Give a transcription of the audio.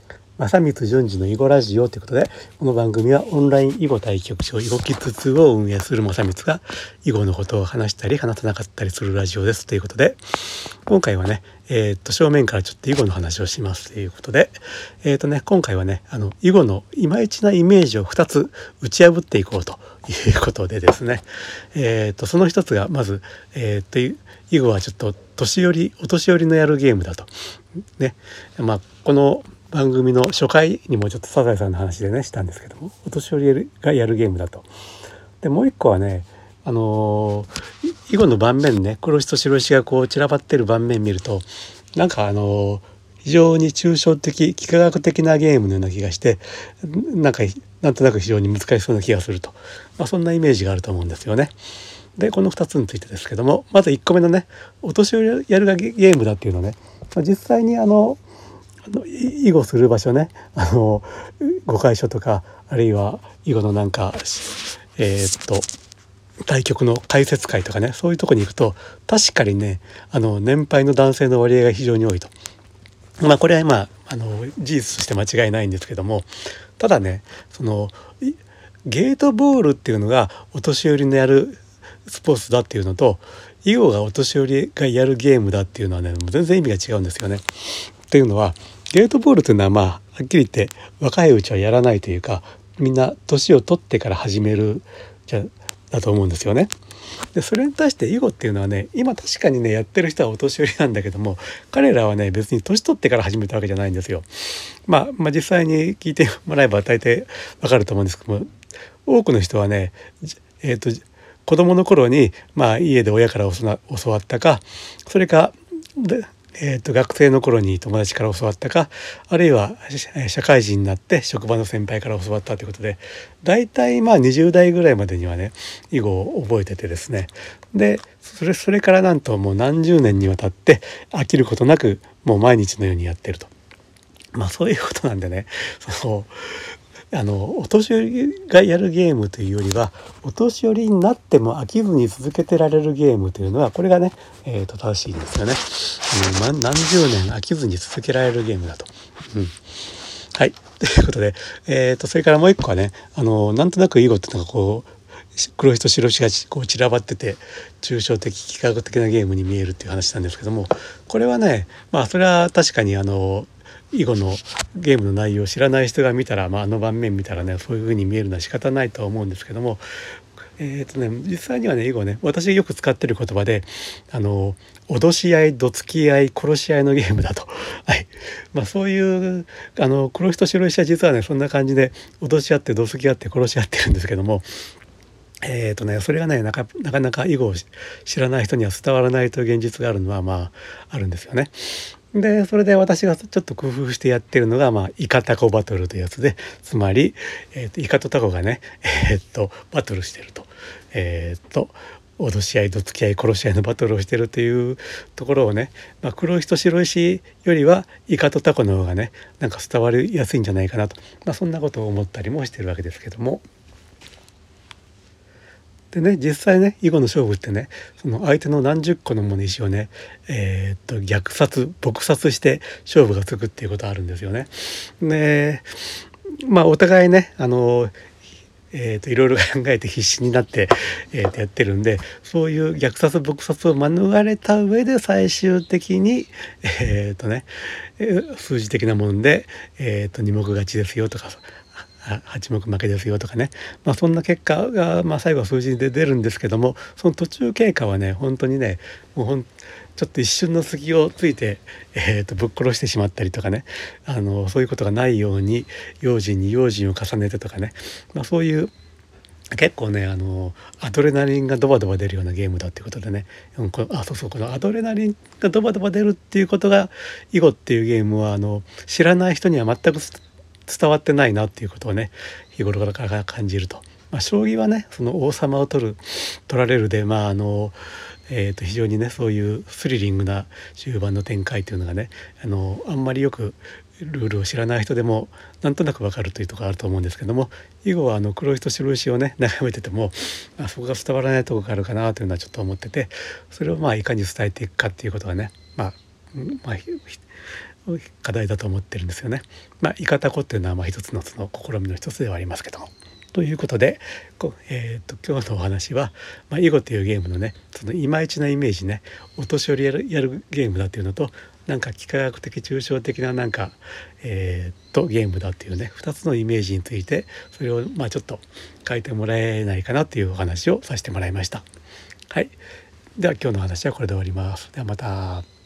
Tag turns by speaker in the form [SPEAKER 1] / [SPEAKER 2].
[SPEAKER 1] 正光順次の囲碁ラジオということで、この番組はオンライン囲碁対局所囲碁キッズ2を運営する正光が囲碁のことを話したり話さなかったりするラジオですということで、今回はね、正面からちょっと囲碁の話をしますということで、今回はね、囲碁のいまいちなイメージを2つ打ち破っていこうということでですね、その一つがまず、囲碁はちょっとお年寄りのやるゲームだとね、この番組の初回にもちょっとサザエさんの話でねしたんですけども、お年寄りがやるゲームだと。でもう一個はね、囲碁の盤面ね、黒石と白石がこう散らばってる盤面見ると、なんか非常に抽象的幾何学的なゲームのような気がして、なんとなく非常に難しそうな気がすると、そんなイメージがあると思うんですよね。でこの2つについてですけども、まず1個目のね、お年寄りやるゲームだっていうのね、実際に囲碁する場所ね、碁会所とか、あるいは囲碁の対局の解説会とかね、そういうとこに行くと確かにね、年配の男性の割合が非常に多いと。これは事実として間違いないんですけども、ただね、ゲートボールっていうのがお年寄りのやるスポーツだっていうのと、囲碁がお年寄りがやるゲームだっていうのはね、もう全然意味が違うんですよね。っていうのは、ゲートボールというのははっきり言って若いうちはやらないというか、みんな年を取ってから始めるだと思うんですよね。でそれに対して囲碁っていうのはね、今確かにねやってる人はお年寄りなんだけども、彼らはね別に年取ってから始めたわけじゃないんですよ。実際に聞いてもらえば大体わかると思うんですけども、多くの人はね、子供の頃に家で親から教わったか、それか学生の頃に友達から教わったか、あるいは社会人になって職場の先輩から教わったということで、だいたい20代ぐらいまでにはね囲碁を覚えててですね、でそれからなんともう何十年にわたって飽きることなくもう毎日のようにやってると。そういうことなんでね、お年寄りがやるゲームというよりは、お年寄りになっても飽きずに続けてられるゲームというのは、これがね、正しいんですよね。何十年飽きずに続けられるゲームだと。はい、ということで、それからもう一個はね、なんとなく囲碁っていうのがこう黒石と白石がこう散らばってて抽象的幾何学的なゲームに見えるっていう話なんですけども、これはね、それは確かに囲碁のゲームの内容を知らない人が見たら、あの盤面見たらね、そういう風に見えるのは仕方ないとは思うんですけども、実際にはね、囲碁ね、私がよく使ってる言葉で脅し合い、どつき合い、殺し合いのゲームだと。はい。そういう黒石と白石は実はねそんな感じで脅し合ってどつき合って殺し合ってるんですけども、それがねなかなか囲碁を知らない人には伝わらないという現実があるのはあるんですよね。でそれで私がちょっと工夫してやってるのがイカタコバトルというやつで、つまり、イカとタコがねバトルしてると、脅し合い、どつき合い、殺し合いのバトルをしてるというところをね、黒石と白石よりはイカとタコの方がね伝わりやすいんじゃないかなと、そんなことを思ったりもしてるわけですけども。でね、実際ね囲碁の勝負ってね、その相手の何十個のもの石をね、虐殺撲殺して勝負がつくっていうことあるんですよね。でお互いねいろいろ考えて必死になって、やってるんで、そういう虐殺撲殺を免れた上で最終的に数字的なもんで、2目勝ちですよとか8目負けですよとかね、そんな結果が、最後は数字で出るんですけども、その途中経過はね本当にねちょっと一瞬の隙をついて、ぶっ殺してしまったりとかね、そういうことがないように用心に用心を重ねてとかね、そういう結構ねアドレナリンがドバドバ出るようなゲームだっていうことでね、このアドレナリンがドバドバ出るっていうことが囲碁っていうゲームは知らない人には全く伝わってないなっていうことをね日頃から感じると。将棋はねその王様を取られるで非常にねそういうスリリングな終盤の展開というのがねあんまりよくルールを知らない人でもなんとなくわかるというところあると思うんですけども、囲碁は黒石と白石をね眺めててもそこが伝わらないところがあるかなというのはちょっと思ってて、それをいかに伝えていくかっていうことがね課題だと思ってるんですよね。イカタコっていうのは一つのその試みの一つではありますけども。ということで今日のお話は、囲碁というゲームのねそのいまいちなイメージね、お年寄りやるゲームだっていうのと、なんか幾何学的抽象的ななんか、ゲームだっていうね2つのイメージについて、それをちょっと書いてもらえないかなっていうお話をさせてもらいました。はい、では今日の話はこれで終わります。ではまた。